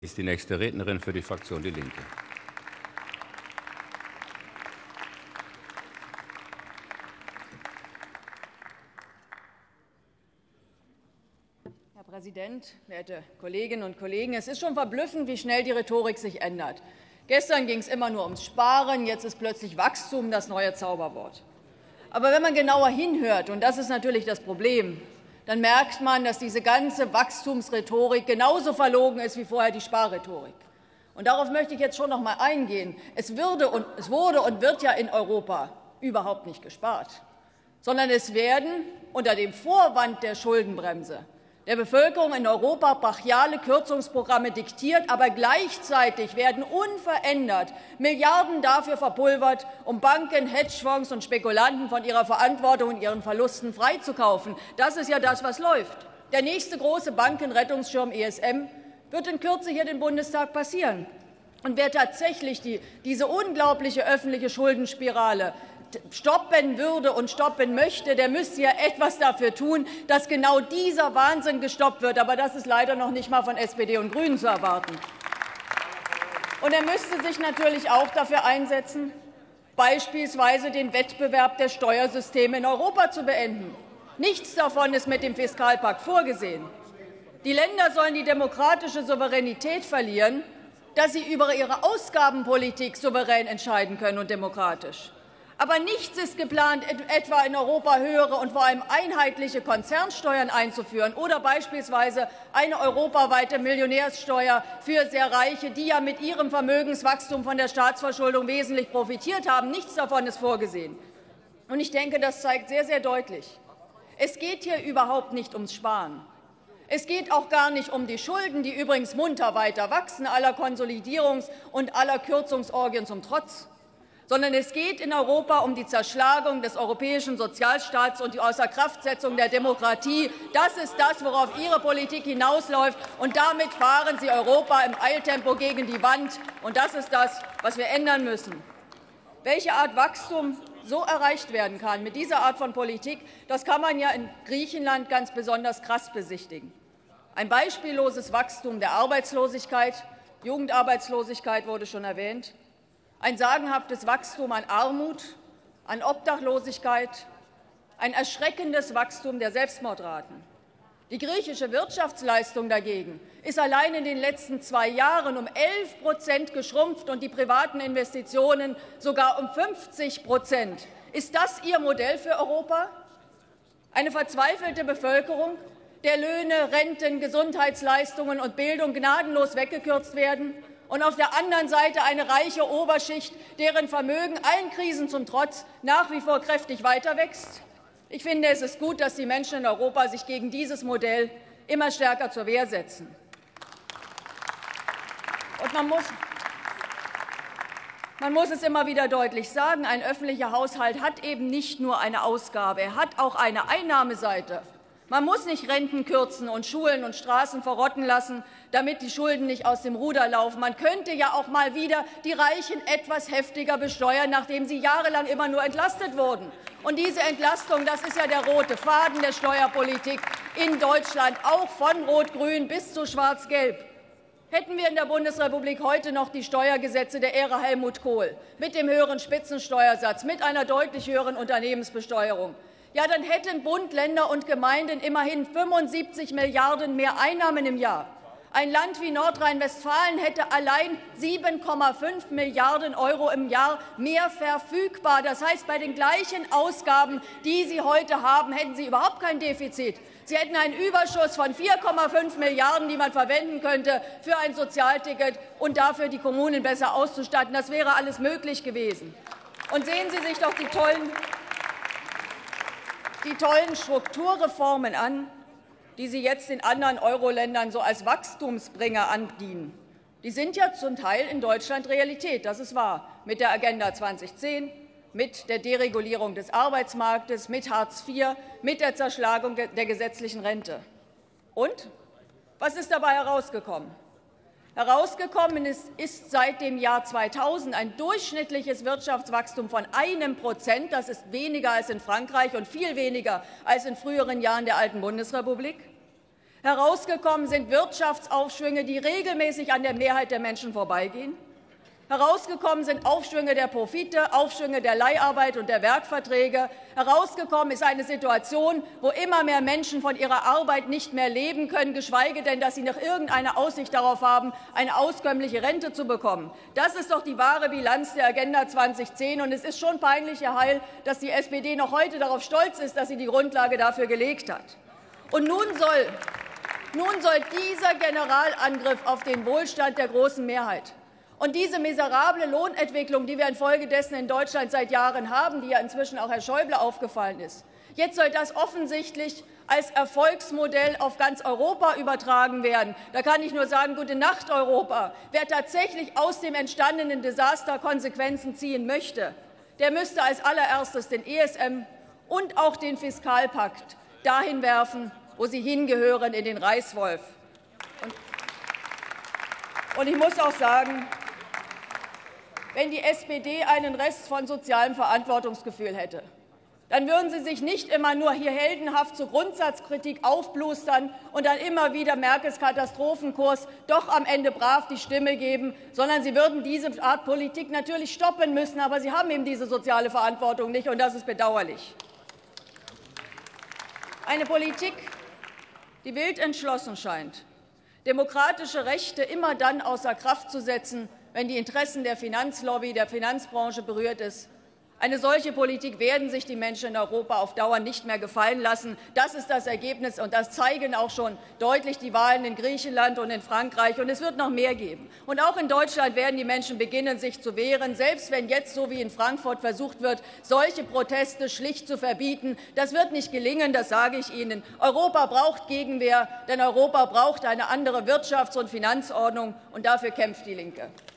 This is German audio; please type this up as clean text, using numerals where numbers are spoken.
Ist die nächste Rednerin für die Fraktion Die Linke. Herr Präsident, werte Kolleginnen und Kollegen! Es ist schon verblüffend, wie schnell die Rhetorik sich ändert. Gestern ging es immer nur ums Sparen, jetzt ist plötzlich Wachstum das neue Zauberwort. Aber wenn man genauer hinhört, und das ist natürlich das Problem, dann merkt man, dass diese ganze Wachstumsrhetorik genauso verlogen ist wie vorher die Sparrhetorik. Und darauf möchte ich jetzt schon noch einmal eingehen. Es wurde und wird ja in Europa überhaupt nicht gespart, sondern es werden unter dem Vorwand der Schuldenbremse der Bevölkerung in Europa brachiale Kürzungsprogramme diktiert, aber gleichzeitig werden unverändert Milliarden dafür verpulvert, um Banken, Hedgefonds und Spekulanten von ihrer Verantwortung und ihren Verlusten freizukaufen. Das ist ja das, was läuft. Der nächste große Bankenrettungsschirm ESM wird in Kürze hier den Bundestag passieren. Und wer tatsächlich diese unglaubliche öffentliche Schuldenspirale stoppen würde und stoppen möchte, der müsste ja etwas dafür tun, dass genau dieser Wahnsinn gestoppt wird. Aber das ist leider noch nicht mal von SPD und Grünen zu erwarten. Und er müsste sich natürlich auch dafür einsetzen, beispielsweise den Wettbewerb der Steuersysteme in Europa zu beenden. Nichts davon ist mit dem Fiskalpakt vorgesehen. Die Länder sollen die demokratische Souveränität verlieren, dass sie über ihre Ausgabenpolitik souverän entscheiden können und demokratisch. Aber nichts ist geplant, etwa in Europa höhere und vor allem einheitliche Konzernsteuern einzuführen oder beispielsweise eine europaweite Millionärssteuer für sehr Reiche, die ja mit ihrem Vermögenswachstum von der Staatsverschuldung wesentlich profitiert haben. Nichts davon ist vorgesehen. Und ich denke, das zeigt sehr, sehr deutlich, es geht hier überhaupt nicht ums Sparen. Es geht auch gar nicht um die Schulden, die übrigens munter weiter wachsen, aller Konsolidierungs- und aller Kürzungsorgien zum Trotz, sondern es geht in Europa um die Zerschlagung des europäischen Sozialstaats und die Außerkraftsetzung der Demokratie. Das ist das, worauf Ihre Politik hinausläuft, und damit fahren Sie Europa im Eiltempo gegen die Wand. Und das ist das, was wir ändern müssen. Welche Art Wachstum so erreicht werden kann mit dieser Art von Politik, das kann man ja in Griechenland ganz besonders krass besichtigen. Ein beispielloses Wachstum der Arbeitslosigkeit, Jugendarbeitslosigkeit wurde schon erwähnt, ein sagenhaftes Wachstum an Armut, an Obdachlosigkeit, ein erschreckendes Wachstum der Selbstmordraten. Die griechische Wirtschaftsleistung dagegen ist allein in den letzten 2 Jahren um 11% geschrumpft und die privaten Investitionen sogar um 50%. Ist das Ihr Modell für Europa? Eine verzweifelte Bevölkerung, der Löhne, Renten, Gesundheitsleistungen und Bildung gnadenlos weggekürzt werden, und auf der anderen Seite eine reiche Oberschicht, deren Vermögen allen Krisen zum Trotz nach wie vor kräftig weiter wächst? Ich finde, es ist gut, dass die Menschen in Europa sich gegen dieses Modell immer stärker zur Wehr setzen. Und man muss es immer wieder deutlich sagen, ein öffentlicher Haushalt hat eben nicht nur eine Ausgabe, er hat auch eine Einnahmeseite. Man muss nicht Renten kürzen und Schulen und Straßen verrotten lassen, damit die Schulden nicht aus dem Ruder laufen. Man könnte ja auch mal wieder die Reichen etwas heftiger besteuern, nachdem sie jahrelang immer nur entlastet wurden. Und diese Entlastung, das ist ja der rote Faden der Steuerpolitik in Deutschland, auch von Rot-Grün bis zu Schwarz-Gelb. Hätten wir in der Bundesrepublik heute noch die Steuergesetze der Ära Helmut Kohl mit dem höheren Spitzensteuersatz, mit einer deutlich höheren Unternehmensbesteuerung, ja, dann hätten Bund, Länder und Gemeinden immerhin 75 Milliarden mehr Einnahmen im Jahr. Ein Land wie Nordrhein-Westfalen hätte allein 7,5 Milliarden € im Jahr mehr verfügbar. Das heißt, bei den gleichen Ausgaben, die Sie heute haben, hätten Sie überhaupt kein Defizit. Sie hätten einen Überschuss von 4,5 Milliarden €, die man verwenden könnte für ein Sozialticket und dafür die Kommunen besser auszustatten. Das wäre alles möglich gewesen. Und sehen Sie sich doch die tollen Strukturreformen an, die Sie jetzt in anderen Euro-Ländern so als Wachstumsbringer andienen. Die sind ja zum Teil in Deutschland Realität, das ist wahr, mit der Agenda 2010, mit der Deregulierung des Arbeitsmarktes, mit Hartz IV, mit der Zerschlagung der gesetzlichen Rente. Und was ist dabei herausgekommen? Herausgekommen ist seit dem Jahr 2000 ein durchschnittliches Wirtschaftswachstum von 1%. Das ist weniger als in Frankreich und viel weniger als in früheren Jahren der alten Bundesrepublik. Herausgekommen sind Wirtschaftsaufschwünge, die regelmäßig an der Mehrheit der Menschen vorbeigehen. Herausgekommen sind Aufschwünge der Profite, Aufschwünge der Leiharbeit und der Werkverträge. Herausgekommen ist eine Situation, wo immer mehr Menschen von ihrer Arbeit nicht mehr leben können, geschweige denn, dass sie noch irgendeine Aussicht darauf haben, eine auskömmliche Rente zu bekommen. Das ist doch die wahre Bilanz der Agenda 2010. Und es ist schon peinlich, Herr Heil, dass die SPD noch heute darauf stolz ist, dass sie die Grundlage dafür gelegt hat. Und nun soll dieser Generalangriff auf den Wohlstand der großen Mehrheit und diese miserable Lohnentwicklung, die wir infolgedessen in Deutschland seit Jahren haben, die ja inzwischen auch Herrn Schäuble aufgefallen ist, jetzt soll das offensichtlich als Erfolgsmodell auf ganz Europa übertragen werden. Da kann ich nur sagen, gute Nacht, Europa. Wer tatsächlich aus dem entstandenen Desaster Konsequenzen ziehen möchte, der müsste als allererstes den ESM und auch den Fiskalpakt dahin werfen, wo sie hingehören, in den Reißwolf. Und ich muss auch sagen, wenn die SPD einen Rest von sozialem Verantwortungsgefühl hätte, dann würden Sie sich nicht immer nur hier heldenhaft zur Grundsatzkritik aufblustern und dann immer wieder Merkels Katastrophenkurs doch am Ende brav die Stimme geben, sondern Sie würden diese Art Politik natürlich stoppen müssen. Aber Sie haben eben diese soziale Verantwortung nicht, und das ist bedauerlich. Eine Politik, die wild entschlossen scheint, demokratische Rechte immer dann außer Kraft zu setzen, wenn die Interessen der Finanzlobby, der Finanzbranche berührt ist. Eine solche Politik werden sich die Menschen in Europa auf Dauer nicht mehr gefallen lassen. Das ist das Ergebnis, und das zeigen auch schon deutlich die Wahlen in Griechenland und in Frankreich. Und es wird noch mehr geben. Und auch in Deutschland werden die Menschen beginnen, sich zu wehren, selbst wenn jetzt, so wie in Frankfurt, versucht wird, solche Proteste schlicht zu verbieten. Das wird nicht gelingen, das sage ich Ihnen. Europa braucht Gegenwehr, denn Europa braucht eine andere Wirtschafts- und Finanzordnung, und dafür kämpft die Linke.